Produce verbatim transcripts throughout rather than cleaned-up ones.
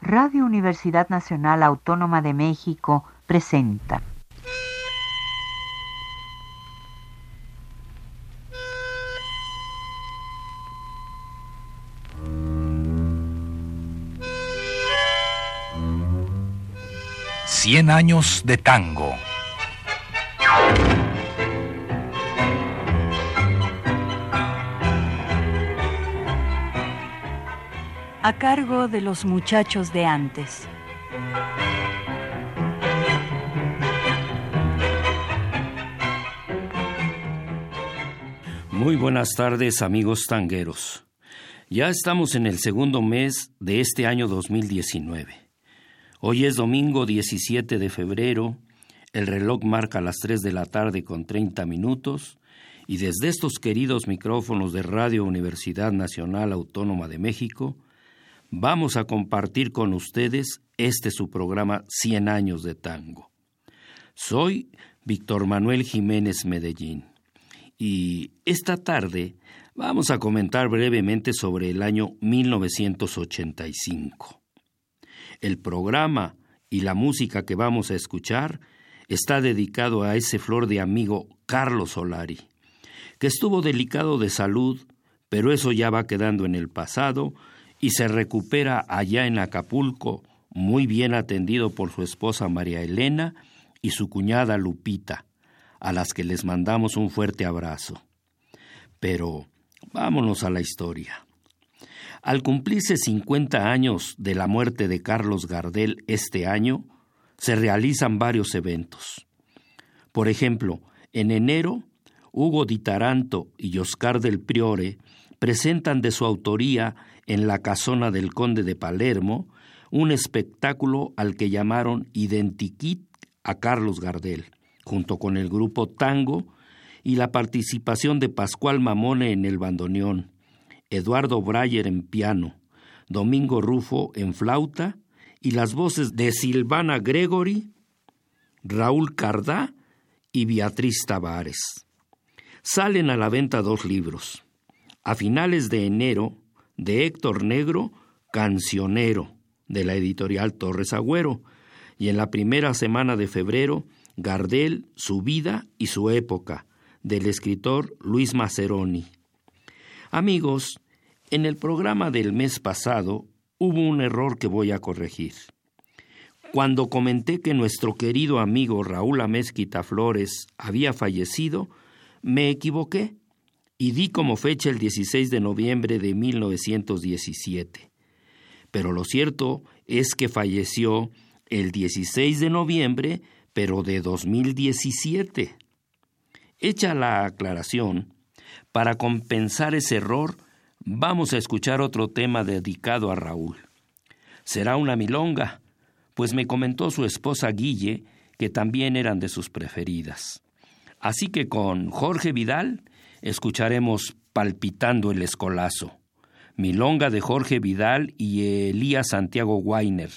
Radio Universidad Nacional Autónoma de México presenta Cien años de tango. A cargo de los muchachos de antes. Muy buenas tardes, amigos tangueros. Ya estamos en el segundo mes de este año dos mil diecinueve. Hoy es domingo diecisiete de febrero, el reloj marca las tres de la tarde con treinta minutos y desde estos queridos micrófonos de Radio Universidad Nacional Autónoma de México vamos a compartir con ustedes este su programa Cien años de tango. Soy Víctor Manuel Jiménez Medellín y esta tarde vamos a comentar brevemente sobre el año mil novecientos ochenta y cinco. El programa y la música que vamos a escuchar está dedicado a ese flor de amigo Carlos Solari, que estuvo delicado de salud, pero eso ya va quedando en el pasado y se recupera allá en Acapulco, muy bien atendido por su esposa María Elena y su cuñada Lupita, a las que les mandamos un fuerte abrazo. Pero vámonos a la historia. Al cumplirse cincuenta años de la muerte de Carlos Gardel este año, se realizan varios eventos. Por ejemplo, en enero, Hugo Di Taranto y Oscar del Priore presentan de su autoría en la Casona del Conde de Palermo un espectáculo al que llamaron Identikit a Carlos Gardel, junto con el grupo Tango y la participación de Pascual Mamone en el bandoneón, Eduardo Breyer en piano, Domingo Rufo en flauta y las voces de Silvana Gregory, Raúl Cardá y Beatriz Tavares. Salen a la venta dos libros. A finales de enero, de Héctor Negro, Cancionero, de la editorial Torres Agüero, y en la primera semana de febrero, Gardel, su vida y su época, del escritor Luis Maceroni. Amigos, en el programa del mes pasado hubo un error que voy a corregir. Cuando comenté que nuestro querido amigo Raúl Amezquita Flores había fallecido, me equivoqué y di como fecha el dieciséis de noviembre de mil novecientos diecisiete. Pero lo cierto es que falleció el dieciséis de noviembre, pero de dos mil diecisiete. Hecha la aclaración, para compensar ese error, vamos a escuchar otro tema dedicado a Raúl. Será una milonga, pues me comentó su esposa Guille que también eran de sus preferidas. Así que con Jorge Vidal escucharemos Palpitando el Escolazo, milonga de Jorge Vidal y Elías Santiago Weiner.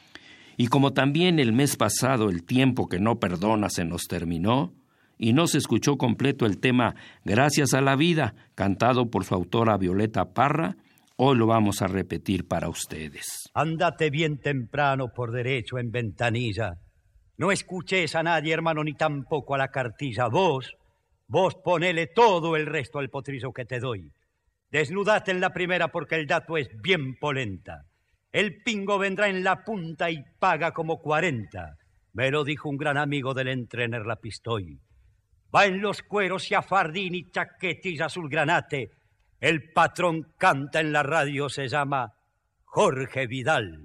Y como también el mes pasado el tiempo que no perdona se nos terminó, y no se escuchó completo el tema Gracias a la Vida, cantado por su autora Violeta Parra, hoy lo vamos a repetir para ustedes. Andate bien temprano por derecho en ventanilla. No escuches a nadie, hermano, ni tampoco a la cartilla. Vos, vos ponele todo el resto al potrillo que te doy. Desnudate en la primera porque el dato es bien polenta. El pingo vendrá en la punta y paga como cuarenta. Me lo dijo un gran amigo del entrener la Pistoy. Va en los cueros y a fardín y chaquetilla azul granate. El patrón canta en la radio, se llama Jorge Vidal.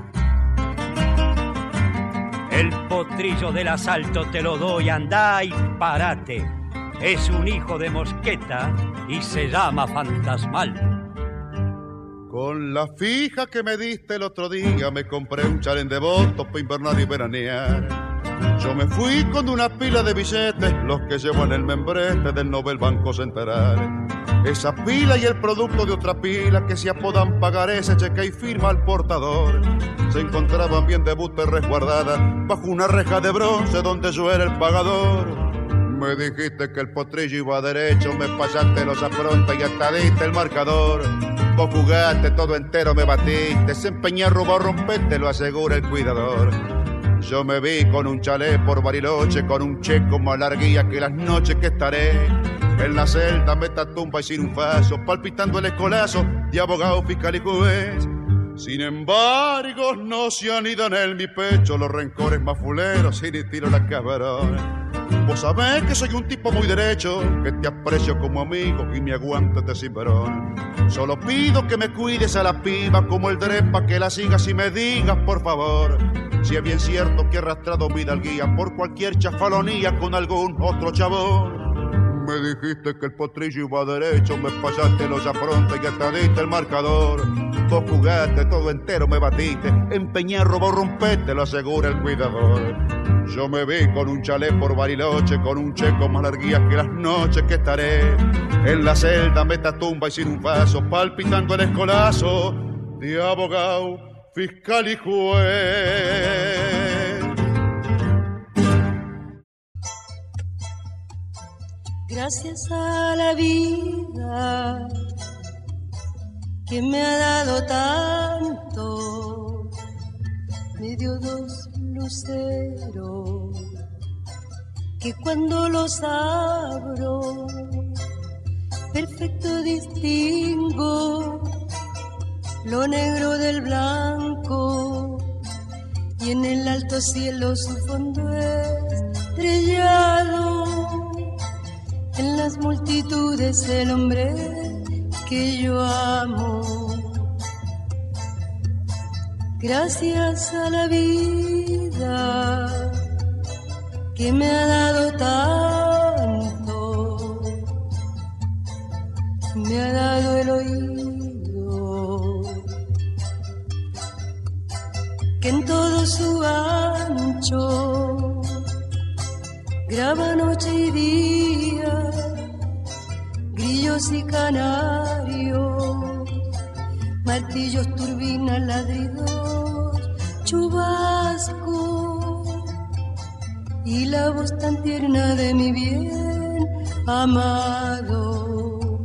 El potrillo del asalto te lo doy, andá y parate. Es un hijo de Mosqueta y se llama Fantasmal. Con la fija que me diste el otro día me compré un chalén de votos para invernar y veranear. Yo me fui con una pila de billetes, los que llevo en el membrete del Nobel Banco Central. Esa pila y el producto de otra pila que se apodan pagarés, cheque y firma al portador. Se encontraban bien de bute resguardada bajo una reja de bronce donde yo era el pagador. Me dijiste que el potrillo iba derecho, me pasaste los apronta y hasta diste el marcador. Vos jugaste todo entero, me batiste, se empeñé a robar, romperte, lo asegura el cuidador. Yo me vi con un chalet por Bariloche, con un checo más larguía que las noches que estaré en la celda, metatumba y sin un paso, palpitando el escolazo de abogado, fiscal y juez. Sin embargo, no se anidan en mi pecho los rencores más fuleros, sin estilo la cabrona. Vos sabés que soy un tipo muy derecho, que te aprecio como amigo y me aguanto este cimberón. Solo pido que me cuides a la piba como el drepa, que la sigas y me digas, por favor, si es bien cierto que he arrastrado mi hidalguía por cualquier chafalonía con algún otro chabón. Me dijiste que el potrillo iba derecho, me pasaste los afrontes y hasta diste el marcador. Vos jugaste todo entero, me batiste, empeñé, robó, rompete, lo asegura el cuidador. Yo me vi con un chalet por Bariloche, con un checo más larguías que las noches que estaré en la celda, metatumba y sin un paso, palpitando el escolazo de abogado, fiscal y juez. Gracias a la vida que me ha dado tanto, me dio dos luceros que cuando los abro perfecto distingo lo negro del blanco, y en el alto cielo su fondo estrellado, en las multitudes el hombre que yo amo. Gracias a la vida que me ha dado tanto, me ha dado el oído que en todo su ancho graba noche y día, grillos y canarios, martillos, turbinas, ladridos, chubasco, y la voz tan tierna de mi bien amado.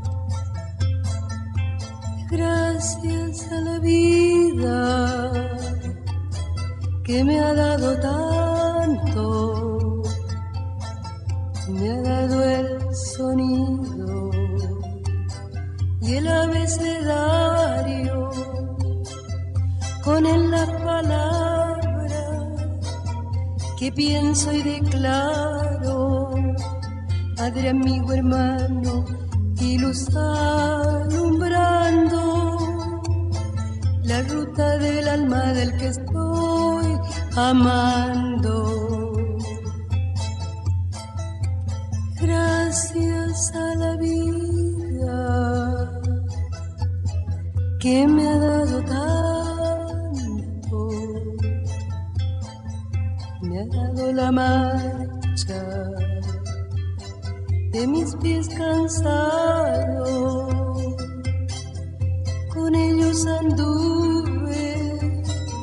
Gracias a la vida que me ha dado tanto, me ha dado el sonido y el abecedario, con él las palabras que pienso y declaro, padre, amigo, hermano, y luz alumbrando la ruta del alma del que estoy amando. Gracias a la vida que me ha dado tanto, me ha dado la marcha de mis pies cansados, con ellos anduve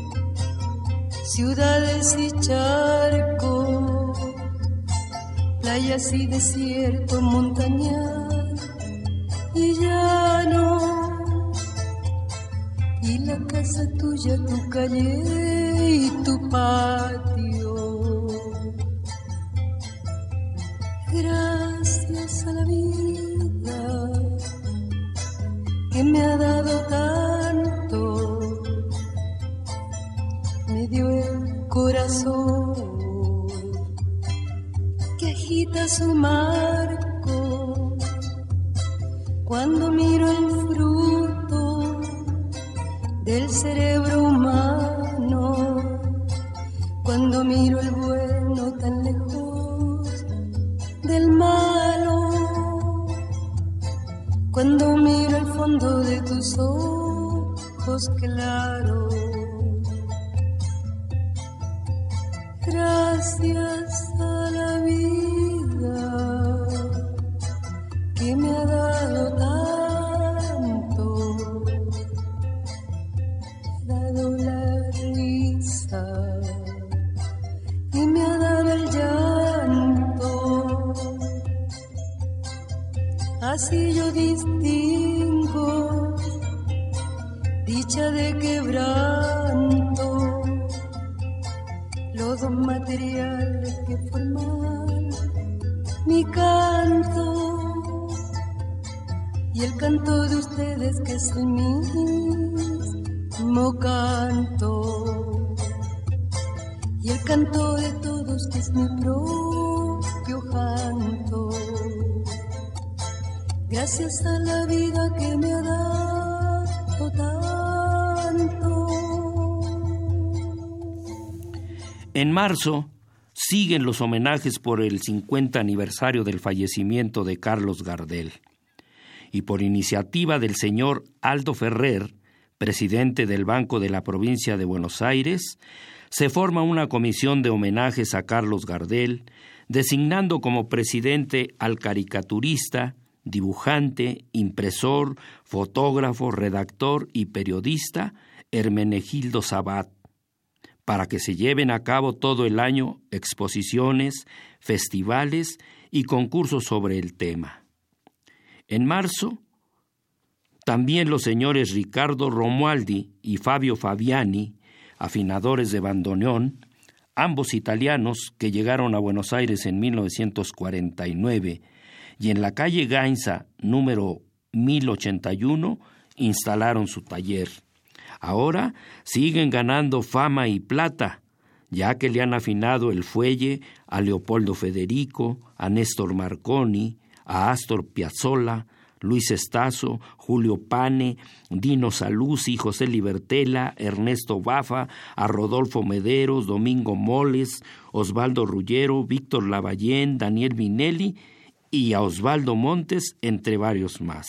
ciudades y charcos, playas y desierto, montañas y llano, y la casa tuya, tu calle y tu patio. Gracias a la vida que me ha dado tanto, me dio el corazón que agita su marco cuando miro el fruto del cerebro humano, cuando miro el bueno tan lejos del malo, cuando miro el fondo de tus ojos claros. Gracias a la vida que me ha dado tanto, me ha dado la risa y me ha dado el llanto. Así yo distingo el mismo canto, y el canto de todos que es mi propio canto, gracias a la vida que me ha dado tanto. En marzo siguen los homenajes por el cincuenta aniversario del fallecimiento de Carlos Gardel. Y por iniciativa del señor Aldo Ferrer, presidente del Banco de la Provincia de Buenos Aires, se forma una comisión de homenajes a Carlos Gardel, designando como presidente al caricaturista, dibujante, impresor, fotógrafo, redactor y periodista Hermenegildo Sabat, para que se lleven a cabo todo el año exposiciones, festivales y concursos sobre el tema. En marzo, también los señores Ricardo Romualdi y Fabio Fabiani, afinadores de bandoneón, ambos italianos que llegaron a Buenos Aires en mil novecientos cuarenta y nueve, y en la calle Gainza, número mil ochenta y uno, instalaron su taller. Ahora siguen ganando fama y plata, ya que le han afinado el fuelle a Leopoldo Federico, a Néstor Marconi, a Astor Piazzolla, Luis Estazo, Julio Pane, Dino Saluzzi, José Libertela, Ernesto Bafa, a Rodolfo Mederos, Domingo Moles, Osvaldo Ruggero, Víctor Lavallén, Daniel Vinelli y a Osvaldo Montes, entre varios más.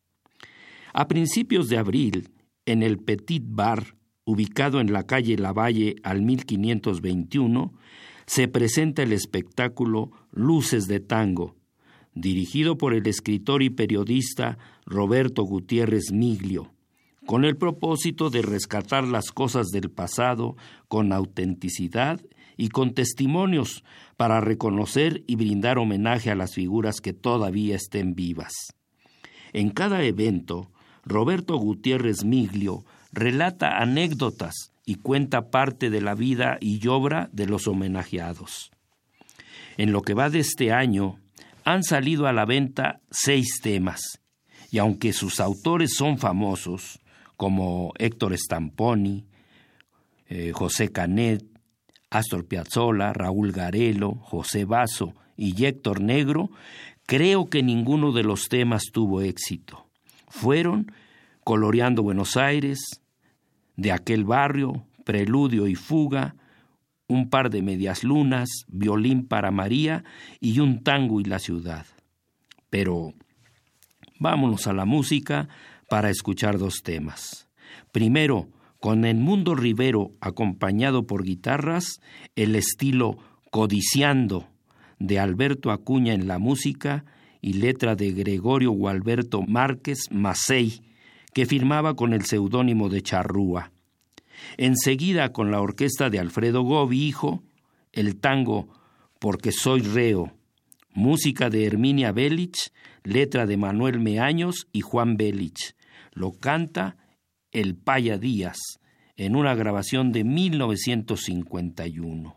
A principios de abril, en el Petit Bar, ubicado en la calle Lavalle al mil quinientos veintiuno, se presenta el espectáculo Luces de Tango, dirigido por el escritor y periodista Roberto Gutiérrez Miglio, con el propósito de rescatar las cosas del pasado con autenticidad y con testimonios para reconocer y brindar homenaje a las figuras que todavía estén vivas. En cada evento, Roberto Gutiérrez Miglio relata anécdotas y cuenta parte de la vida y obra de los homenajeados. En lo que va de este año, han salido a la venta seis temas, y aunque sus autores son famosos, como Héctor Stamponi, eh, José Canet, Astor Piazzolla, Raúl Garelo, José Basso y Héctor Negro, creo que ninguno de los temas tuvo éxito. Fueron Coloreando Buenos Aires, De aquel barrio, Preludio y Fuga, Un par de medias lunas, Violín para María y Un tango y la ciudad. Pero vámonos a la música para escuchar dos temas. Primero, con Edmundo Rivero acompañado por guitarras, el estilo Codiciando de Alberto Acuña en la música y letra de Gregorio Gualberto Márquez Macei, que firmaba con el seudónimo de Charrúa. Enseguida, con la orquesta de Alfredo Gobi, hijo, el tango Porque soy reo, música de Herminia Belich, letra de Manuel Meaños y Juan Belich. Lo canta el Paya Díaz, en una grabación de mil novecientos cincuenta y uno.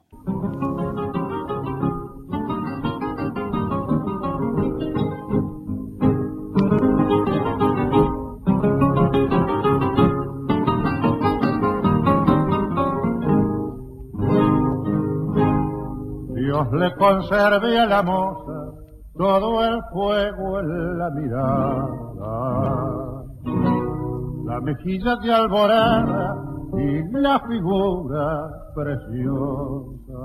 Dios le conserve a la moza todo el fuego en la mirada, la mejilla de alborada y la figura preciosa.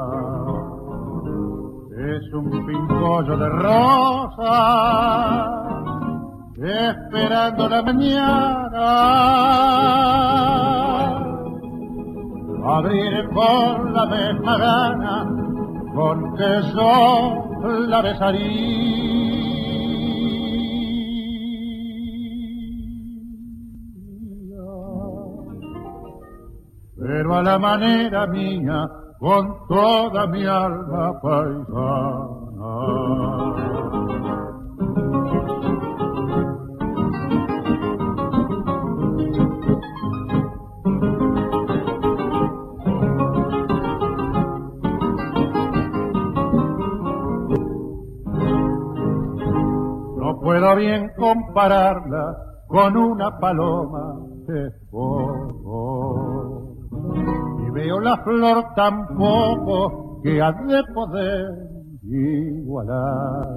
Es un pimpollo de rosa esperando la mañana, abrir por la misma gana con que yo la besaría. Pero a la manera mía, con toda mi alma paisana. No puedo bien compararla con una paloma es poco. Y veo la flor tan poco que ha de poder igualarla.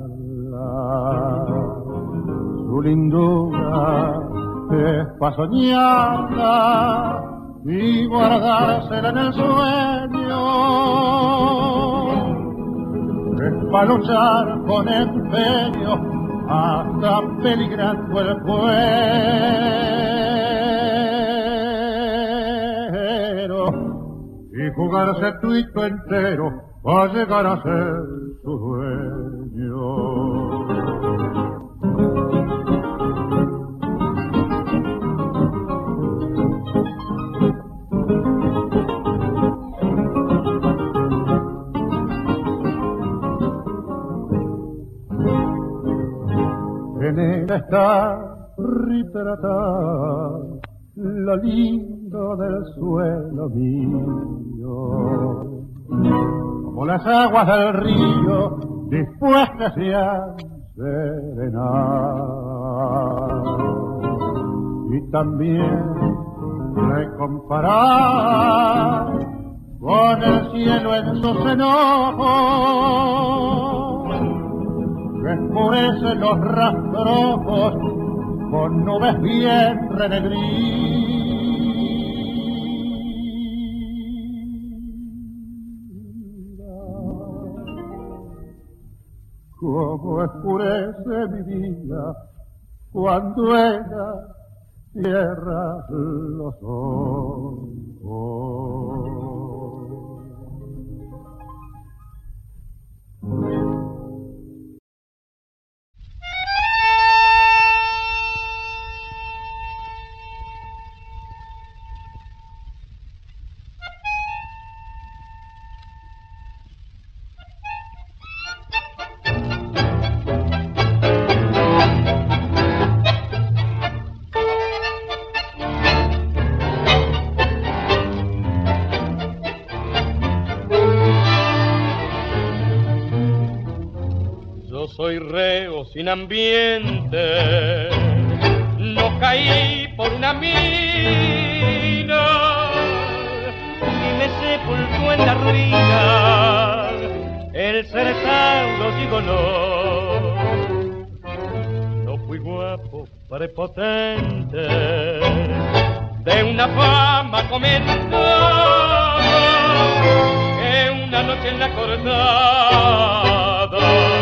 Su lindura es pa' soñarla y guardársela en el sueño. Es pa' luchar con empeño hasta peligrando el cuero y jugarse tuito entero para llegar a ser su dueño. En ella está retratada lo lindo del suelo mío, como las aguas del río dispuestas se han serenar, y también recomparar con el cielo en sus enojos, que escurecen los rastrojos con nubes bien renegridas. Como oscurece mi vida cuando ella cierra los ojos. Soy reo sin ambiente, no caí por una mina, ni me sepultó en la ruina el cerezauro gigoló. No fui guapo, prepotente, de una fama comentada, que una noche en la cortada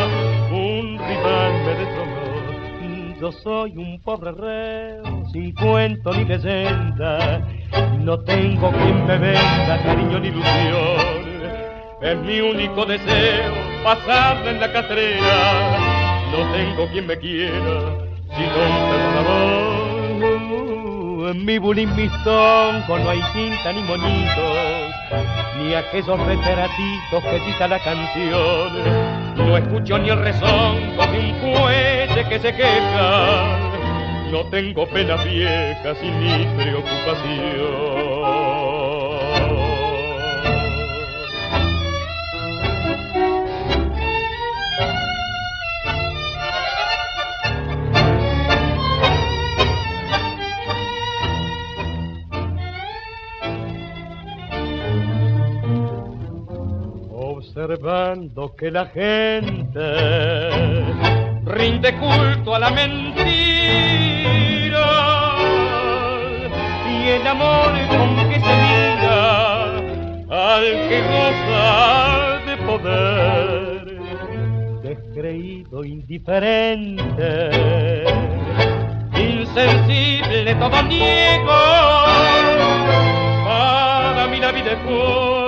me destrozó. Yo soy un pobre reo, sin cuento ni leyenda, no tengo quien me venda cariño ni ilusión. Es mi único deseo pasarla en la catrera, no tengo quien me quiera sino un perdonador. En mi bulín mistonco no hay cinta ni monitos, ni aquellos retratitos que cita la canción. No escucho ni el rezongo de un fuelle que se queja, no tengo penas viejas y ni preocupación. Observando que la gente rinde culto a la mentira y el amor con que se mira al que goza de poder, descreído, indiferente, insensible, todo niego, para mí la vida es fuego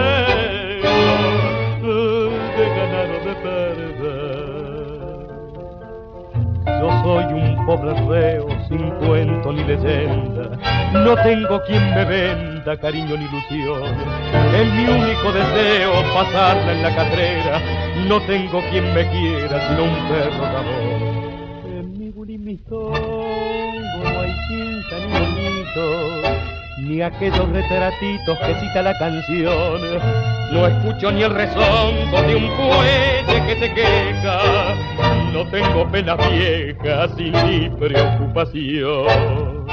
de ganar o de perder. Yo soy un pobre reo sin cuento ni leyenda, no tengo quien me venda cariño ni ilusión. Es mi único deseo pasarla en la catrera, no tengo quien me quiera sino un perro de amor. En mi bulimitongo no hay cinta ni bonito, ni aquellos retratitos que cita la canción. No escucho ni el rezongo de un buey que se queja. No tengo penas viejas y ni preocupación.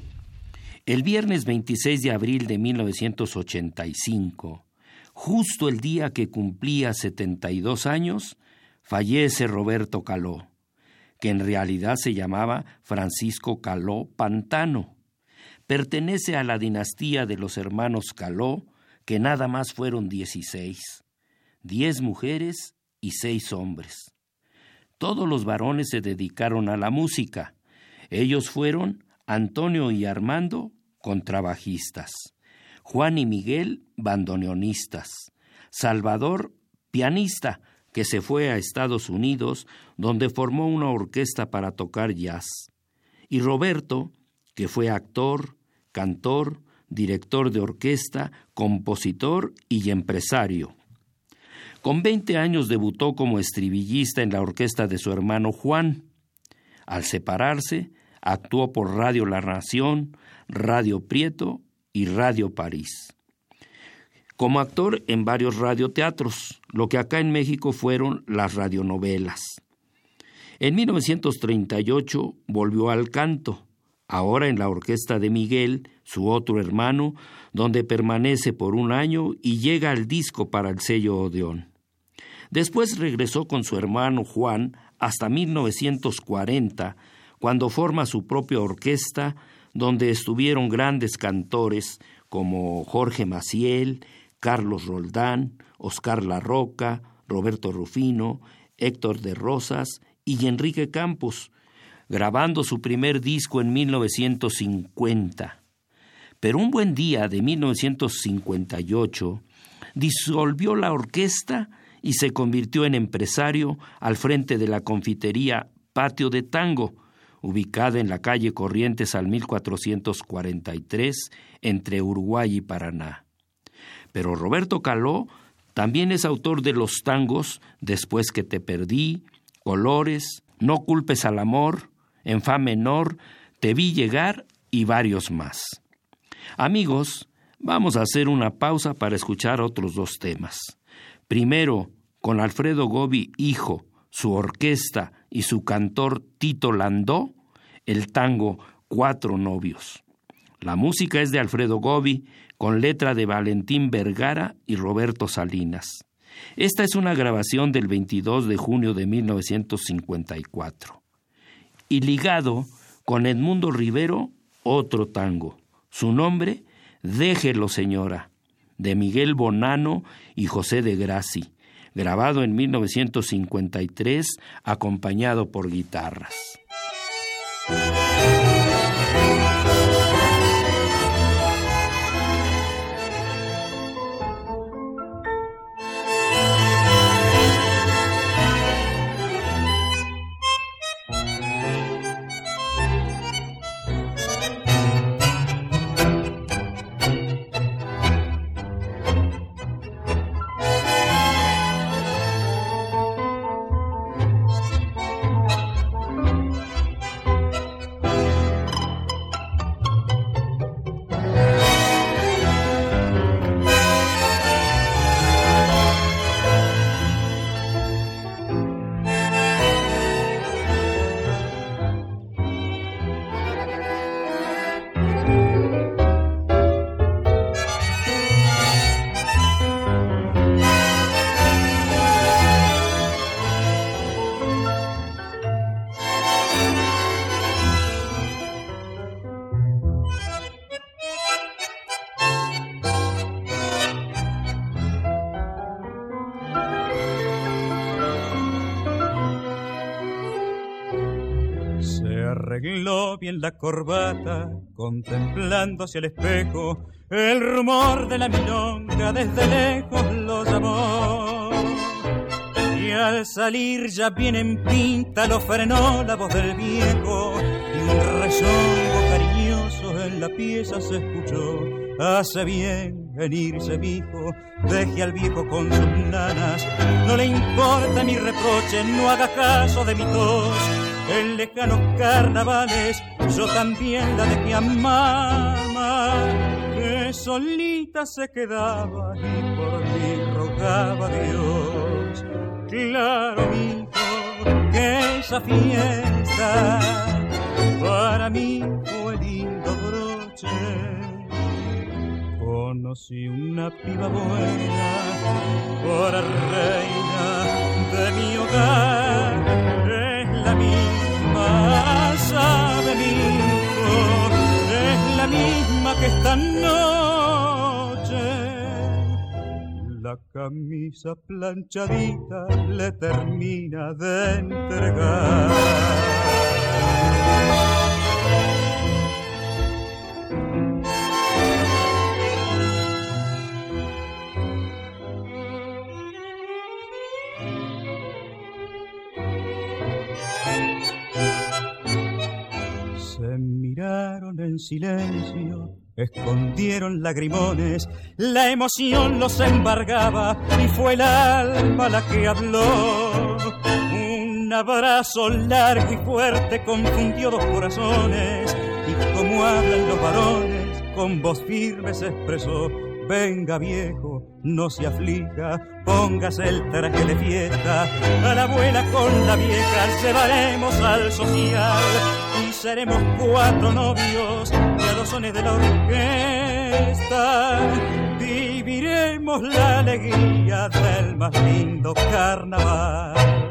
El viernes veintiséis de abril de mil novecientos ochenta y cinco, justo el día que cumplía setenta y dos años, fallece Roberto Caló, que en realidad se llamaba Francisco Caló Pantano. Pertenece a la dinastía de los hermanos Caló, que nada más fueron dieciséis, diez mujeres y seis hombres. Todos los varones se dedicaron a la música. Ellos fueron Antonio y Armando, contrabajistas; Juan y Miguel, bandoneonistas; Salvador, pianista, que se fue a Estados Unidos, donde formó una orquesta para tocar jazz; y Roberto, que fue actor, cantor, director de orquesta, compositor y empresario. Con veinte años debutó como estribillista en la orquesta de su hermano Juan. Al separarse, actuó por Radio La Nación, Radio Prieto y Radio París. Como actor en varios radioteatros, lo que acá en México fueron las radionovelas. En mil novecientos treinta y ocho volvió al canto, ahora en la orquesta de Miguel, su otro hermano, donde permanece por un año y llega al disco para el sello Odeón. Después regresó con su hermano Juan hasta mil novecientos cuarenta, cuando forma su propia orquesta, donde estuvieron grandes cantores como Jorge Maciel, Carlos Roldán, Oscar La Roca, Roberto Rufino, Héctor de Rosas y Enrique Campos, grabando su primer disco en mil novecientos cincuenta. Pero un buen día de mil novecientos cincuenta y ocho disolvió la orquesta y se convirtió en empresario al frente de la confitería Patio de Tango, ubicada en la calle Corrientes al mil cuatrocientos cuarenta y tres, entre Uruguay y Paraná. Pero Roberto Caló también es autor de los tangos Después que te perdí, Colores, No culpes al amor, En fa menor, Te vi llegar y varios más. Amigos, vamos a hacer una pausa para escuchar otros dos temas. Primero, con Alfredo Gobi hijo, su orquesta y su cantor Tito Landó, el tango Cuatro novios. La música es de Alfredo Gobi, con letra de Valentín Vergara y Roberto Salinas. Esta es una grabación del veintidós de junio de mil novecientos cincuenta y cuatro. Y ligado con Edmundo Rivero, otro tango. Su nombre, Déjelo señora, de Miguel Bonano y José de Grassi, grabado en mil novecientos cincuenta y tres, acompañado por guitarras. Arregló bien la corbata, contemplando hacia el espejo, el rumor de la milonga desde lejos lo llamó. Y al salir ya bien en pinta lo frenó la voz del viejo, y un rezongo cariñoso en la pieza se escuchó. Hace bien en irse, mijo, deje al viejo con sus nanas, no le importa mi reproche, no haga caso de mi tos. En lejanos carnavales yo también la dejé a mamá. solita se quedaba y por mí rogaba a Dios. Claro, hijo, que esa fiesta para mí fue lindo broche. Conocí una piba buena, por reina de mi hogar. Es la misma, sabe mi hijo, es la misma que esta noche. La camisa planchadita le termina de entregar. Se miraron en silencio, escondieron lagrimones, la emoción los embargaba y fue el alma la que habló. Un abrazo largo y fuerte confundió dos corazones y como hablan los varones, con voz firme se expresó: venga viejo, no se aflija, póngase el traje de fiesta, a la abuela con la vieja llevaremos al social y seremos cuatro novios y a los sones de la orquesta viviremos la alegría del más lindo carnaval.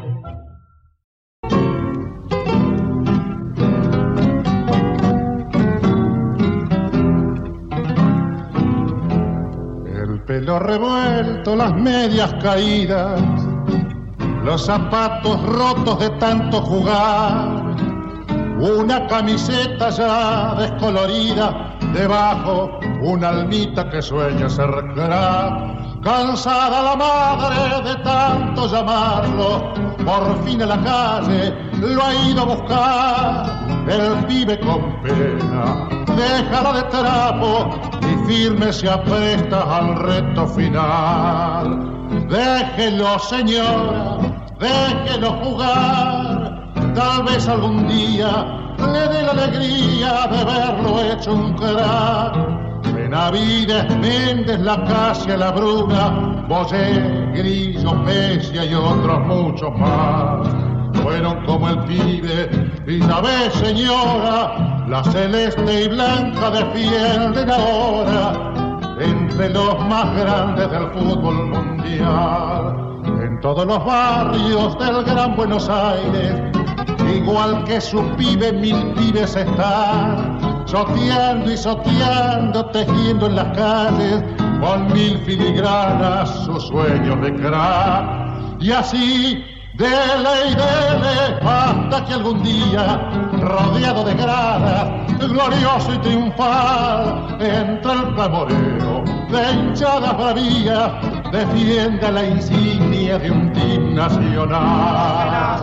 Pelo revuelto, las medias caídas, los zapatos rotos de tanto jugar, una camiseta ya descolorida, debajo una almita que sueña cercar. Cansada la madre de tanto llamarlo, por fin a la calle lo ha ido a buscar. El pibe con pena déjala de trapo y firme se apresta al reto final. Déjelo, señora, déjelo jugar, tal vez algún día le dé la alegría de verlo hecho un crack. Benavides, Méndez, La Casia, La Bruna, Boyé, Grillo, Pesia y otros muchos más fueron como el pibe, y ya ves, señora, la celeste y blanca defienden ahora entre los más grandes del fútbol mundial. En todos los barrios del Gran Buenos Aires, igual que su pibe, mil pibes están soteando y soteando, tejiendo en las calles con mil filigranas sus sueños de crack. Y así dele y dele hasta que algún día, rodeado de gradas, glorioso y triunfal, entre el clamoreo de hinchadas bravías, defienda la insignia de un team nacional.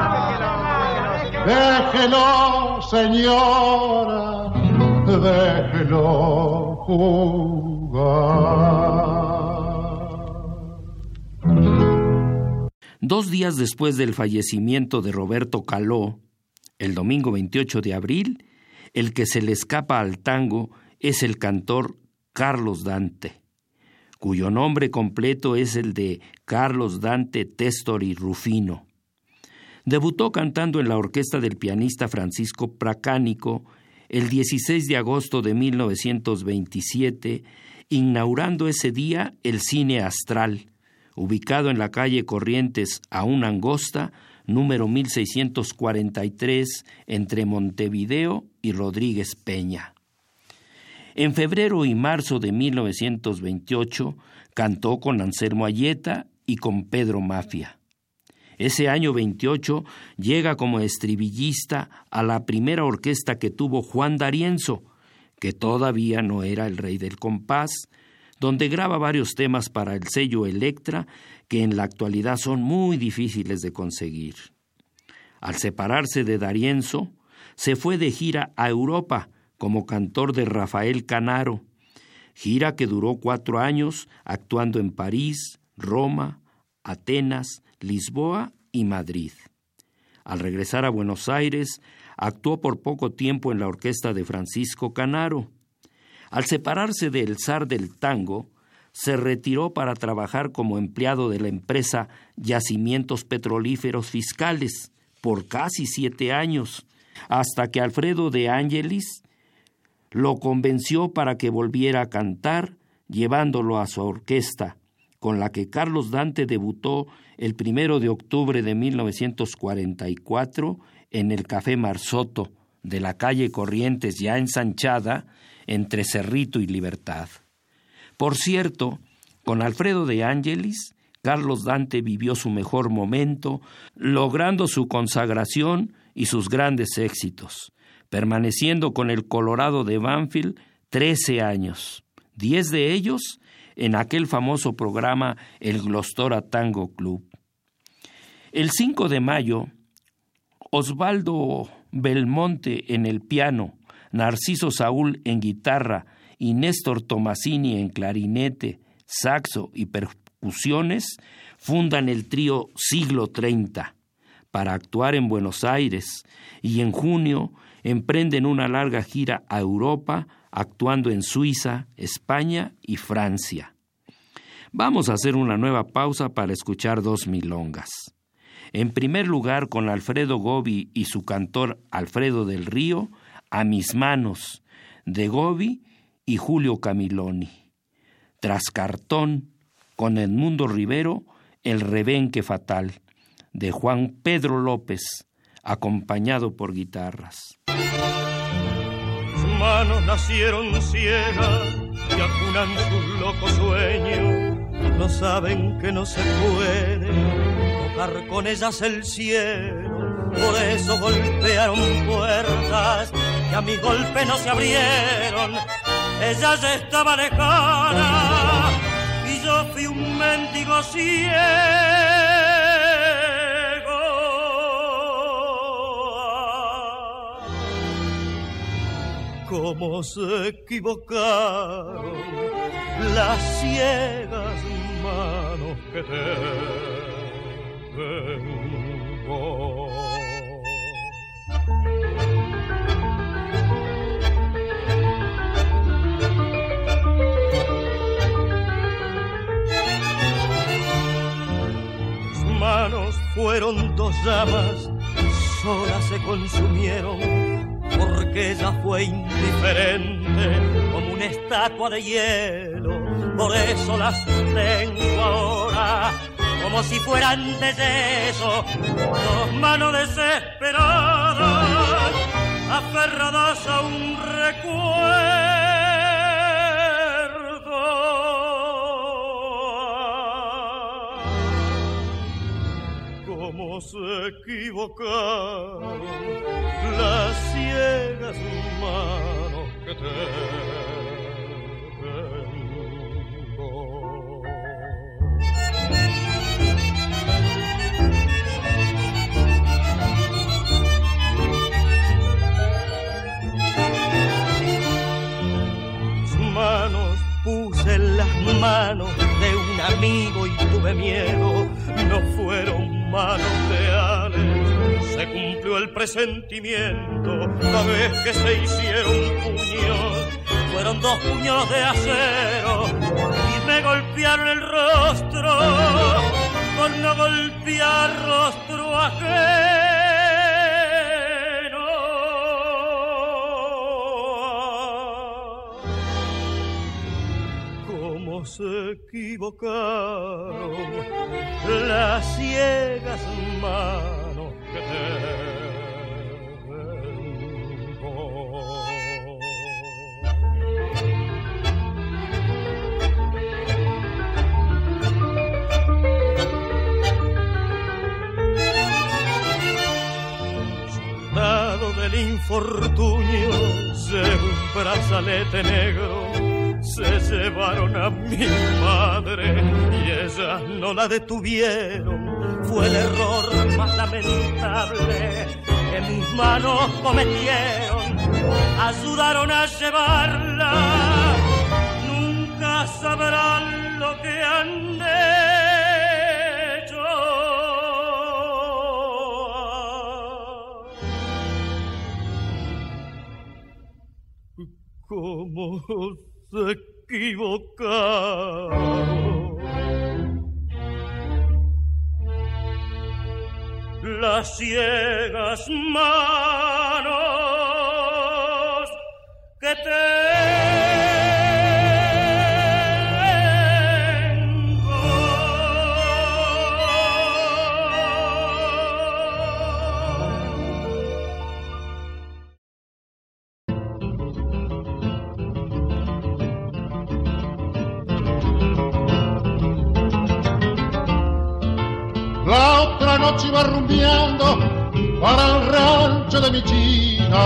Déjelo, señora, déjelo jugar. Dos días después del fallecimiento de Roberto Caló, el domingo veintiocho de abril, el que se le escapa al tango es el cantor Carlos Dante, cuyo nombre completo es el de Carlos Dante Téstori Rufino. Debutó cantando en la orquesta del pianista Francisco Pracánico el dieciséis de agosto de mil novecientos veintisiete, inaugurando ese día el Cine Astral, ubicado en la calle Corrientes Aún Angosta, número mil seiscientos cuarenta y tres, entre Montevideo y Rodríguez Peña. En febrero y marzo de mil novecientos veintiocho cantó con Anselmo Ayeta y con Pedro Mafia. Ese año veintiocho llega como estribillista a la primera orquesta que tuvo Juan D'Arienzo, que todavía no era el rey del compás, donde graba varios temas para el sello Elektra que en la actualidad son muy difíciles de conseguir. Al separarse de D'Arienzo, se fue de gira a Europa como cantor de Rafael Canaro, gira que duró cuatro años actuando en París, Roma, Atenas, Lisboa y Madrid. Al regresar a Buenos Aires, actuó por poco tiempo en la orquesta de Francisco Canaro. Al separarse del zar del tango, se retiró para trabajar como empleado de la empresa Yacimientos Petrolíferos Fiscales por casi siete años, hasta que Alfredo de Ángelis lo convenció para que volviera a cantar, llevándolo a su orquesta, con la que Carlos Dante debutó el primero de octubre de mil novecientos cuarenta y cuatro en el Café Marzotto de la calle Corrientes, ya ensanchada entre Cerrito y Libertad. Por cierto, con Alfredo de Ángelis, Carlos Dante vivió su mejor momento, logrando su consagración y sus grandes éxitos, permaneciendo con el Colorado de Banfield trece años, diez de ellos en aquel famoso programa El Glostora Tango Club. El cinco de mayo, Osvaldo Belmonte en el piano, Narciso Saúl en guitarra y Néstor Tomasini en clarinete, saxo y percusiones fundan el trío Siglo treinta para actuar en Buenos Aires, y en junio emprenden una larga gira a Europa, actuando en Suiza, España y Francia. Vamos a hacer una nueva pausa para escuchar dos milongas. En primer lugar, con Alfredo Gobi y su cantor Alfredo del Río, A mis manos, de Gobi y Julio Camiloni. Tras Cartón, con Edmundo Rivero, El rebenque fatal, de Juan Pedro López, acompañado por guitarras. Sus manos nacieron ciegas y acunan sus locos sueños. No saben que no se puede tocar con ellas el cielo. Por eso golpearon puertas que a mi golpe no se abrieron. Ella ya estaba lejana y yo fui un mendigo ciego. Cómo se equivocaron las ciegas manos que tengo. Sus manos fueron dos llamas, solas se consumieron, porque ella fue indiferente como una estatua de hielo. Por eso las tengo ahora como si fueran de yeso, dos manos desesperadas aferradas a un recuerdo. Cómo se equivocaron las ciegas manos que tengo. Sus manos puse en las manos de un amigo y tuve miedo. No fueron manos reales, se cumplió el presentimiento. La vez que se hicieron puños, fueron dos puños de acero y me golpearon el rostro por no golpear rostro ajeno. Cómo se equivocaron las ciegas manos que tengo. Soldado del infortunio, de un brazalete negro, se llevaron a mi madre y ellas no la detuvieron. Fue el error más lamentable que mis manos cometieron. Ayudaron a llevarla, nunca sabrán lo que han hecho. ¿Cómo hemos equivocado. Las ciegas manos que te La otra noche iba rumbeando para el rancho de mi China,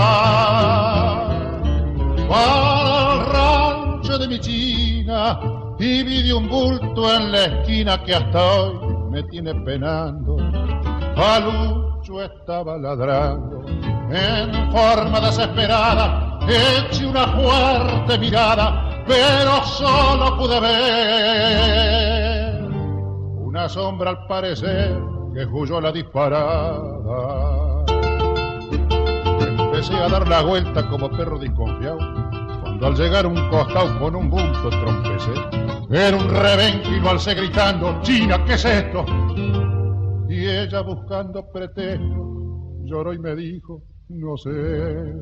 para el rancho de mi China, y vi de un bulto en la esquina que hasta hoy me tiene penando. A Lucho estaba ladrando en forma desesperada, eché una fuerte mirada, pero solo pude ver una sombra al parecer que huyó a la disparada. Empecé a dar la vuelta como perro desconfiado, cuando al llegar a un costado con un bulto trompecé. Era un rebenque y lo alcé gritando: China, ¿qué es esto? Y ella, buscando pretexto, lloró y me dijo: no sé.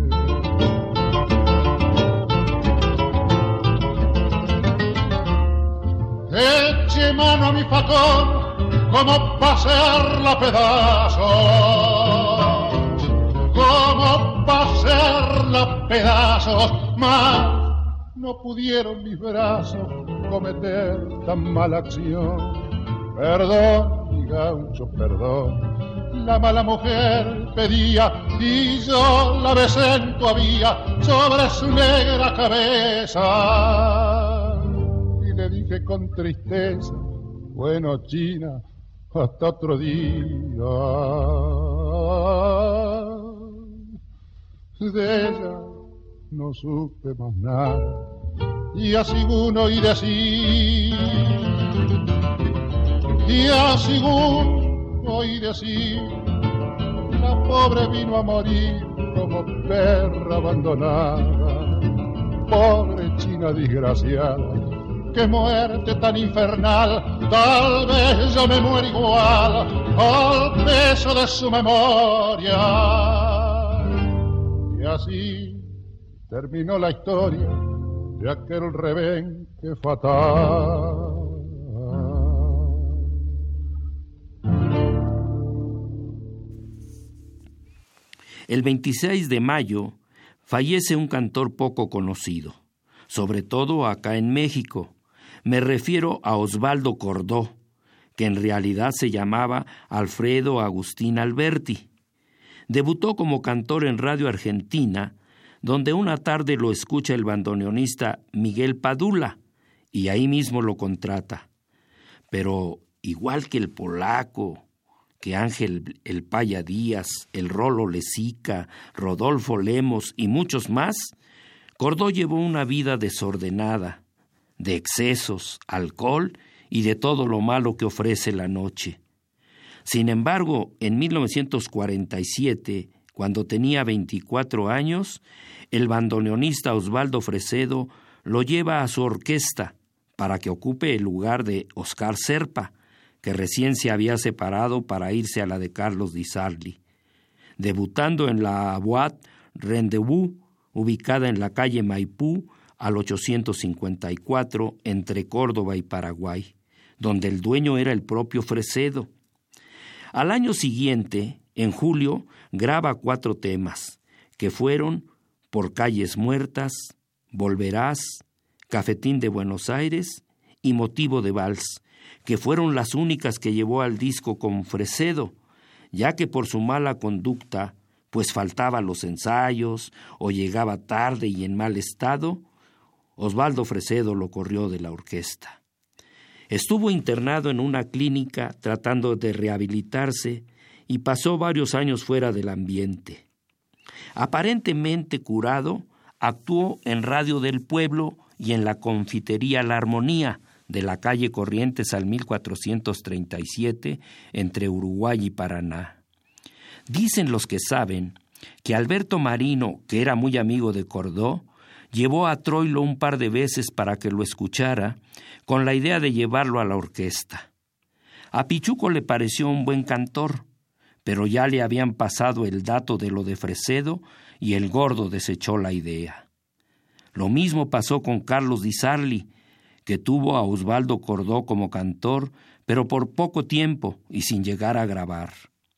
Eche mano a mi facón como pasearla a pedazos, como pasearla a pedazos, mas no pudieron mis brazos cometer tan mala acción. Perdón, mi gaucho, perdón, la mala mujer pedía y yo la besé en tu vía sobre su negra cabeza. Le dije con tristeza: bueno, China, hasta otro día. De ella no supe más nada, y así uno y decir, y así uno y decir, la pobre vino a morir como perra abandonada. Pobre China desgraciada, qué muerte tan infernal, tal vez yo me muero igual al peso de su memoria. Y así terminó la historia de aquel rebenque fatal. El veintiséis de mayo fallece un cantor poco conocido, sobre todo acá en México. Me refiero a Osvaldo Cordó, que en realidad se llamaba Alfredo Agustín Alberti. Debutó como cantor en Radio Argentina, donde una tarde lo escucha el bandoneonista Miguel Padula, y ahí mismo lo contrata. Pero igual que el polaco, que Ángel El Paya Díaz, el Rolo Lezica, Rodolfo Lemos y muchos más, Cordó llevó una vida desordenada, de excesos, alcohol y de todo lo malo que ofrece la noche. Sin embargo, en mil novecientos cuarenta y siete, cuando tenía veinticuatro años, el bandoneonista Osvaldo Fresedo lo lleva a su orquesta para que ocupe el lugar de Oscar Serpa, que recién se había separado para irse a la de Carlos Di Sarli. Debutando en la Boîte Rendezvous, ubicada en la calle Maipú, al ochocientos cincuenta y cuatro, entre Córdoba y Paraguay, donde el dueño era el propio Fresedo. Al año siguiente, en julio, graba cuatro temas, que fueron Por calles muertas, Volverás, Cafetín de Buenos Aires y Motivo de Vals, que fueron las únicas que llevó al disco con Fresedo, ya que por su mala conducta, pues faltaba los ensayos o llegaba tarde y en mal estado, Osvaldo Fresedo lo corrió de la orquesta. Estuvo internado en una clínica tratando de rehabilitarse y pasó varios años fuera del ambiente. Aparentemente curado, actuó en Radio del Pueblo y en la confitería La Armonía de la calle Corrientes al mil cuatrocientos treinta y siete, entre Uruguay y Paraná. Dicen los que saben que Alberto Marino, que era muy amigo de Cordó, Llevó a Troilo un par de veces para que lo escuchara, con la idea de llevarlo a la orquesta. A Pichuco le pareció un buen cantor, pero ya le habían pasado el dato de lo de Fresedo y el gordo desechó la idea. Lo mismo pasó con Carlos Di Sarli, que tuvo a Osvaldo Cordó como cantor, pero por poco tiempo y sin llegar a grabar.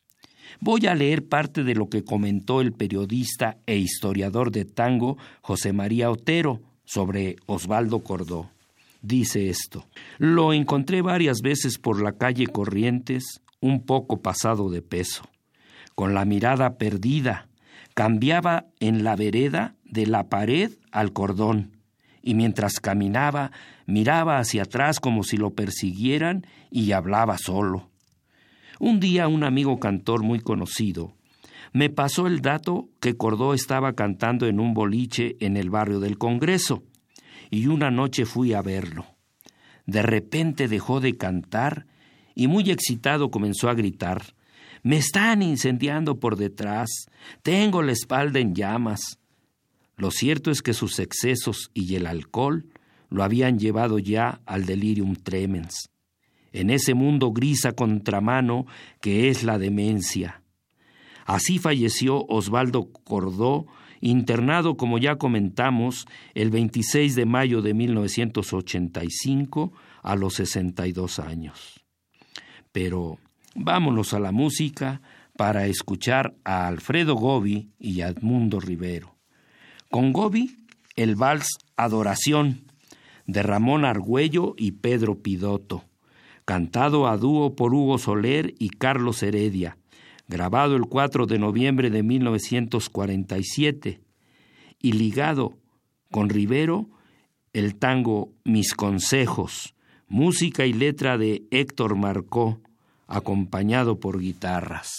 Voy a leer parte de lo que comentó el periodista e historiador de tango José María Otero sobre Osvaldo Cordó. Dice esto: lo encontré varias veces por la calle Corrientes, un poco pasado de peso, con la mirada perdida, cambiaba en la vereda de la pared al cordón, y mientras caminaba miraba hacia atrás como si lo persiguieran y hablaba solo. Un día un amigo cantor muy conocido me pasó el dato que Cordó estaba cantando en un boliche en el barrio del Congreso, y una noche fui a verlo. De repente dejó de cantar y muy excitado comenzó a gritar: «Me están incendiando por detrás, tengo la espalda en llamas». Lo cierto es que sus excesos y el alcohol lo habían llevado ya al delirium tremens, en ese mundo gris a contramano que es la demencia. Así falleció Osvaldo Cordó, internado, como ya comentamos, el veintiséis de mayo de mil novecientos ochenta y cinco a los sesenta y dos años. Pero vámonos a la música para escuchar a Alfredo Gobi y a Edmundo Rivero. Con Gobi, el vals Adoración, de Ramón Argüello y Pedro Pidotto, cantado a dúo por Hugo Soler y Carlos Heredia, grabado el cuatro de noviembre de mil novecientos cuarenta y siete, y ligado con Rivero, el tango Mis Consejos, música y letra de Héctor Marcó, acompañado por guitarras.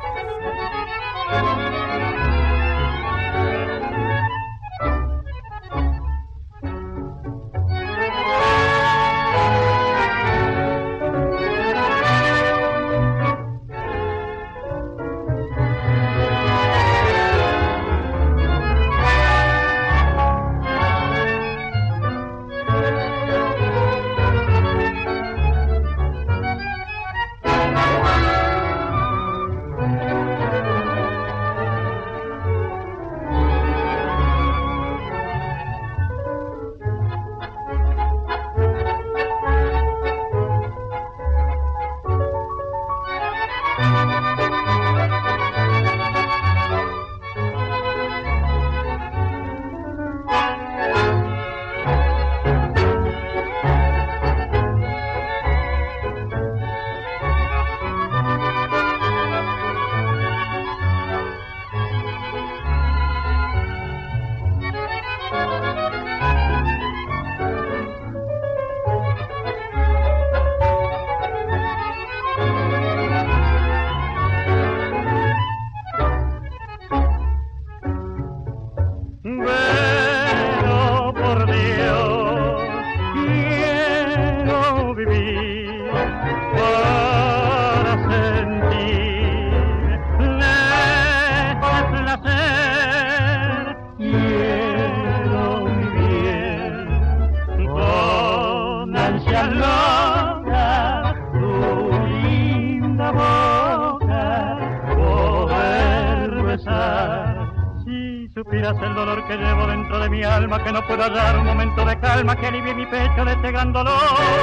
El dolor que llevo dentro de mi alma, que no puedo hallar un momento de calma que alivie mi pecho de este gran dolor.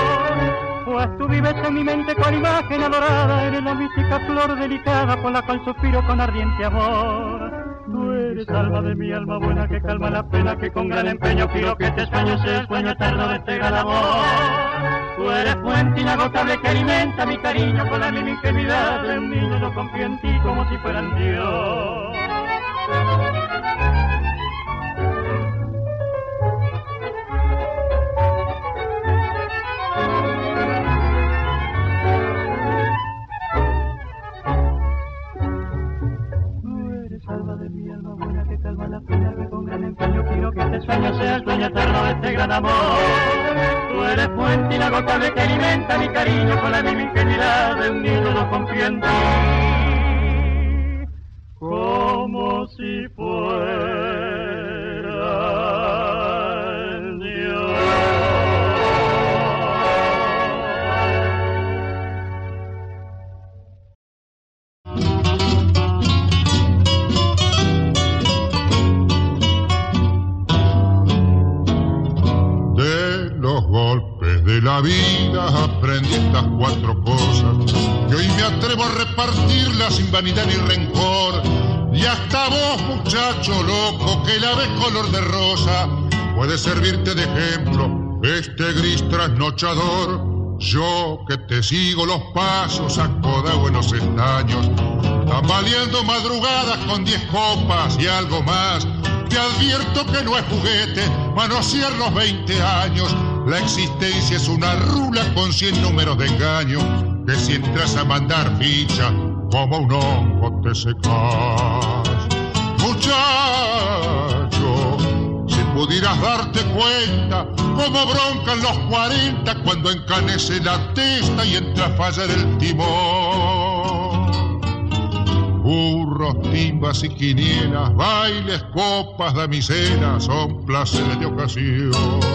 Pues tú vives en mi mente con imagen adorada, eres la mística flor delicada por la cual suspiro con ardiente amor. Tú eres alma de mi alma buena que calma la pena, que con gran empeño quiero que este sueño sea el sueño eterno de este gran amor. Tú eres fuente inagotable que alimenta mi cariño con la misma ingenuidad de un niño. Yo confío en ti como si fueran Dios. Sueño sea el sueño eterno de este gran amor. Tú eres fuente inagotable que alimenta mi cariño con la misma ingenuidad de un niño. Yo confío en ti como si fuera De la vida aprendí estas cuatro cosas y hoy me atrevo a repartirlas sin vanidad ni rencor. Y hasta vos, muchacho loco, que la ves color de rosa, puede servirte de ejemplo este gris trasnochador. Yo que te sigo los pasos a coda buenos estaños, tambaleando madrugadas con diez copas y algo más. Te advierto que no es juguete manosear los veinte años. La existencia es una rula con cien números de engaño, que si entras a mandar ficha, como un hongo te secas. Muchacho, si pudieras darte cuenta cómo broncan los cuarenta cuando encanece la testa y entra a fallar el timón. Burros, timbas y quinielas, bailes, copas, damiselas, son placeres de ocasión.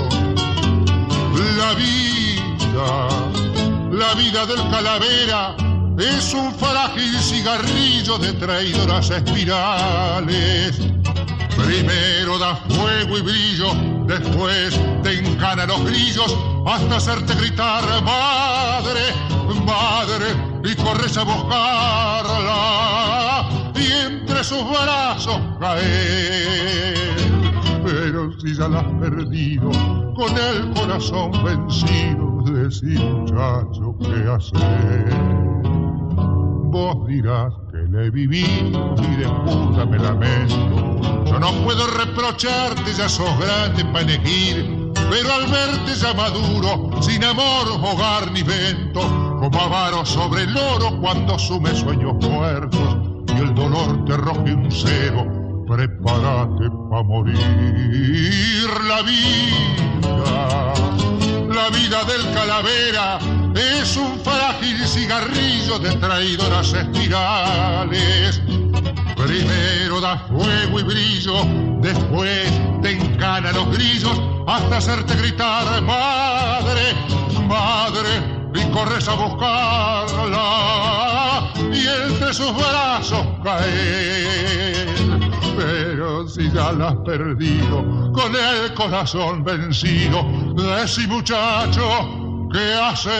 La vida, la vida del calavera es un frágil cigarrillo de traidoras espirales. Primero da fuego y brillo, después te encana los grillos hasta hacerte gritar madre, madre, y corres a buscarla y entre sus brazos caer. Pero si ya la has perdido, con el corazón vencido, decí muchacho, ¿qué hacer? Vos dirás que le he vivido y de puta me lamento. Yo no puedo reprocharte, ya sos grande para elegir, pero al verte ya maduro, sin amor, hogar ni vento, como avaro sobre el oro cuando sume sueños muertos y el dolor te arroje un cero, prepárate pa' morir. La vida, la vida del calavera es un frágil cigarrillo de traidoras espirales. Primero da fuego y brillo, después te encana los grillos hasta hacerte gritar madre, madre, y corres a buscarla y entre sus brazos caer. Pero si ya la has perdido, con el corazón vencido, decí muchacho, ¿qué hacer?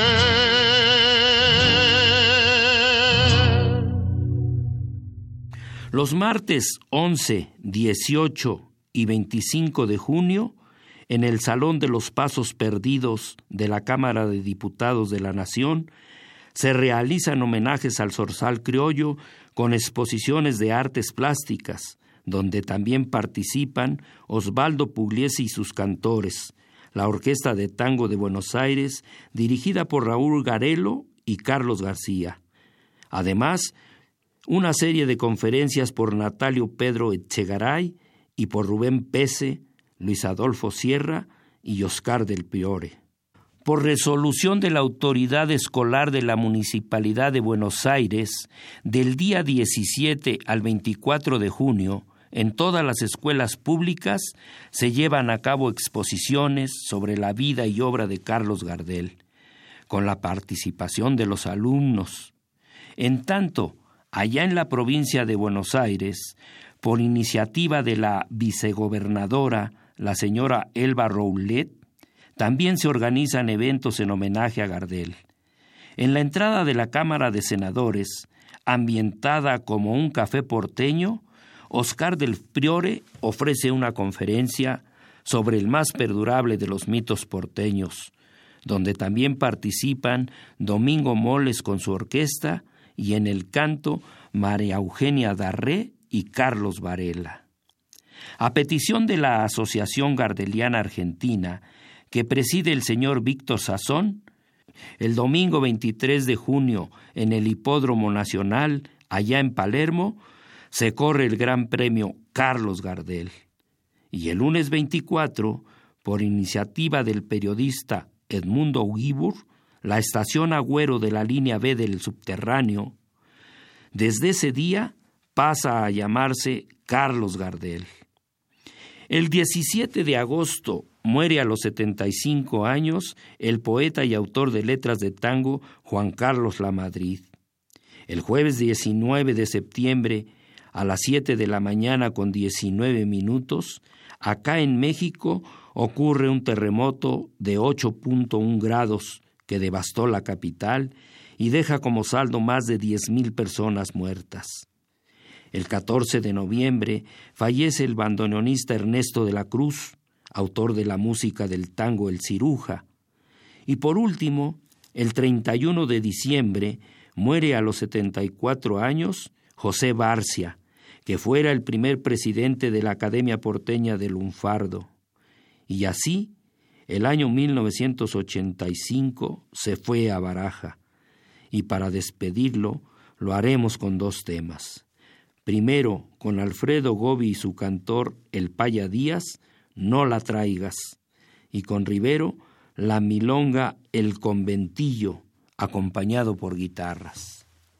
Los martes once, dieciocho y veinticinco de junio, en el Salón de los Pasos Perdidos de la Cámara de Diputados de la Nación, se realizan homenajes al zorzal criollo con exposiciones de artes plásticas, donde también participan Osvaldo Pugliese y sus cantores, la Orquesta de Tango de Buenos Aires, dirigida por Raúl Garelo y Carlos García. Además, una serie de conferencias por Natalio Pedro Echegaray y por Rubén Pese, Luis Adolfo Sierra y Oscar del Piore. Por resolución de la Autoridad Escolar de la Municipalidad de Buenos Aires, del día diecisiete al veinticuatro de junio, en todas las escuelas públicas se llevan a cabo exposiciones sobre la vida y obra de Carlos Gardel, con la participación de los alumnos. En tanto, allá en la provincia de Buenos Aires, por iniciativa de la vicegobernadora, la señora Elba Roulet, también se organizan eventos en homenaje a Gardel. En la entrada de la Cámara de Senadores, ambientada como un café porteño, Oscar del Piore ofrece una conferencia sobre el más perdurable de los mitos porteños, donde también participan Domingo Moles con su orquesta y en el canto María Eugenia Darré y Carlos Varela. A petición de la Asociación Gardeliana Argentina, que preside el señor Víctor Sazón, el domingo veintitrés de junio en el Hipódromo Nacional, allá en Palermo, se corre el Gran Premio Carlos Gardel. Y el lunes veinticuatro, por iniciativa del periodista Edmundo Guibur, la estación Agüero de la línea B del subterráneo, desde ese día pasa a llamarse Carlos Gardel. El diecisiete de agosto muere a los setenta y cinco años el poeta y autor de letras de tango Juan Carlos Lamadrid. El jueves diecinueve de septiembre, a las siete de la mañana con diecinueve minutos, acá en México, ocurre un terremoto de ocho punto uno grados que devastó la capital y deja como saldo más de diez mil personas muertas. El catorce de noviembre fallece el bandoneonista Ernesto de la Cruz, autor de la música del tango El Ciruja. Y por último, el treinta y uno de diciembre muere a los setenta y cuatro años José Barcia, que fuera el primer presidente de la Academia Porteña del Lunfardo. Y así, el año mil novecientos ochenta y cinco se fue a Baraja. Y para despedirlo, lo haremos con dos temas. Primero, con Alfredo Gobi y su cantor El Paya Díaz, No la traigas. Y con Rivero, la milonga El Conventillo, acompañado por guitarras.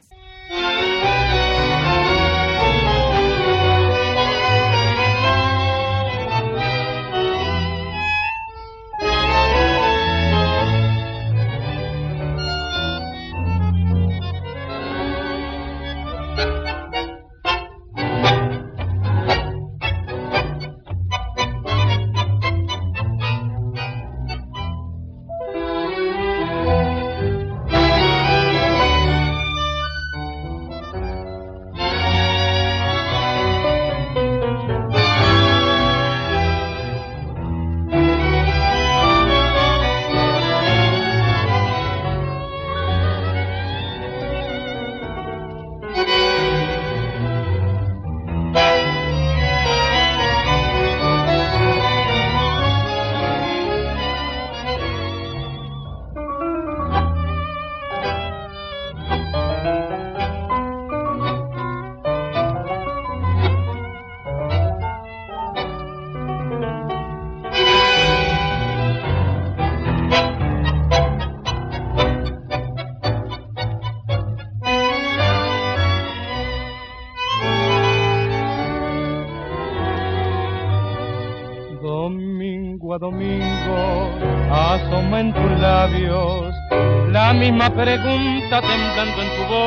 Domingo a domingo asoma en tus labios la misma pregunta temblando en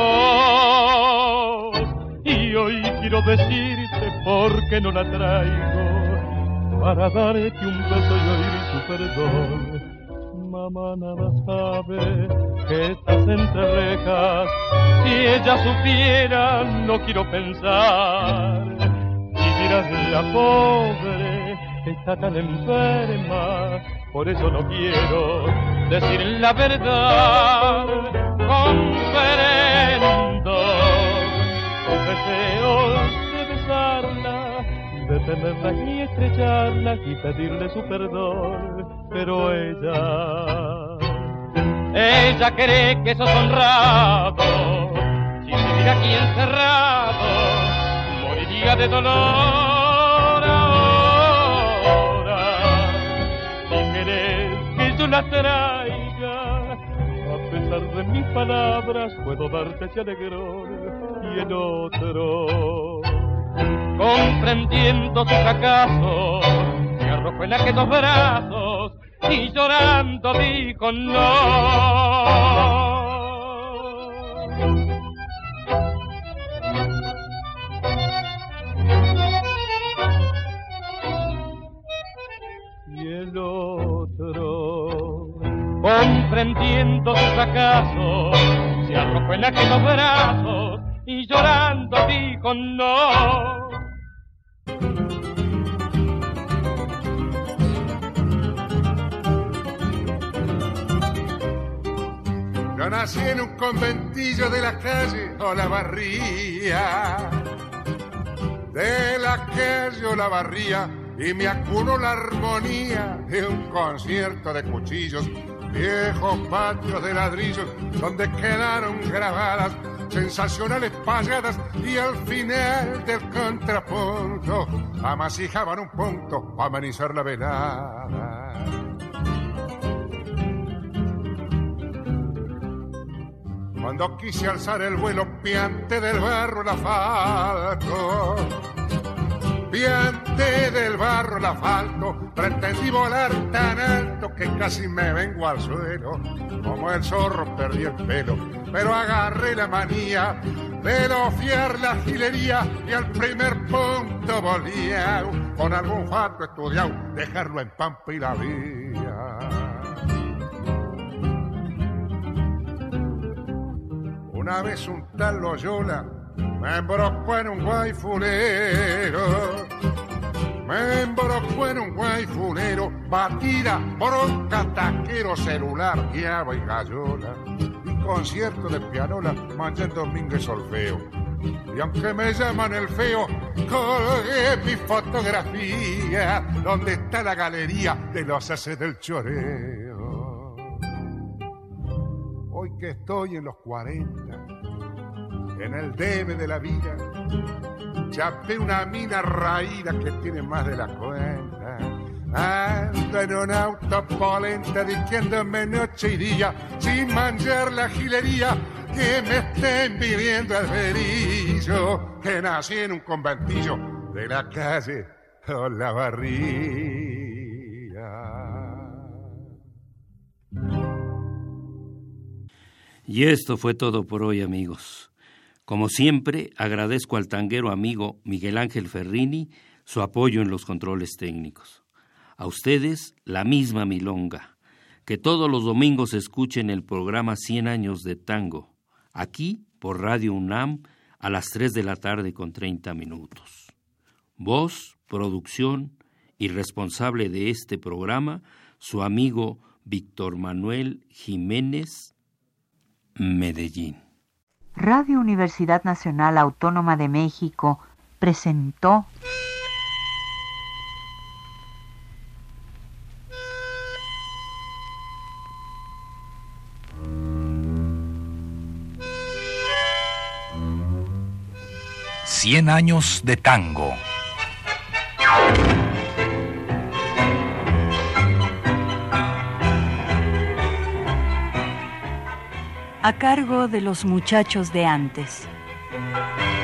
tu voz. Y hoy quiero decirte por qué no la traigo, para darte un beso y oír tu perdón. Mamá nada sabe que estás entre rejas, si ella supiera no quiero pensar. Y dirás la pobre está tan enferma, por eso no quiero decir la verdad. Comprendo tus deseos de besarla, de tenerla y estrecharla y pedirle su perdón, pero ella, ella cree que sos honrado. Si se mira aquí encerrado, moriría de dolor. La traiga, a pesar de mis palabras puedo darte ese alegrón. Y el otro, comprendiendo su fracaso, me arrojó en aquellos brazos y llorando dijo no. Y el otro, comprendiendo su fracaso, se arrojó en aquellos brazos y llorando dijo no. Yo nací en un conventillo de la calle Olavarría, de la calle Olavarría, y me acuno la armonía de un concierto de cuchillos, viejos patios de ladrillos donde quedaron grabadas sensacionales payadas, y al final del contrapunto amasijaban un punto para amenizar la velada. Cuando quise alzar el vuelo piante del barro el asfalto, piante del barro el asfalto, pretendí volar tan alto que casi me vengo al suelo. Como el zorro perdí el pelo, pero agarré la manía de no fiar la gilería y al primer punto boleado, con algún fato estudiado, dejarlo en pampa y la vía. Una vez un tal Loyola me embrocó en un guayfulero, me embrocó en un guayfulero, batida, bronca, taquero, celular, guiaba y gallola, y concierto de pianola, mancha el domingo y solfeo. Y aunque me llaman el feo, colgué mi fotografía, donde está la galería de los haces del choreo. Hoy que estoy en los cuarenta, en el debe de la vida, chapé una mina raída que tiene más de la cuenta. Ando en un auto polenta diciéndome noche y día, sin manchar la gilería, que me estén viviendo el verillo, que nací en un conventillo de la calle Olavarría. Y esto fue todo por hoy, amigos. Como siempre, agradezco al tanguero amigo Miguel Ángel Ferrini su apoyo en los controles técnicos. A ustedes, la misma milonga. Que todos los domingos escuchen el programa cien años de tango, aquí por Radio UNAM a las tres de la tarde con treinta minutos. Voz, producción y responsable de este programa, su amigo Víctor Manuel Jiménez, Medellín. Radio Universidad Nacional Autónoma de México presentó Cien años de tango. A cargo de los muchachos de antes.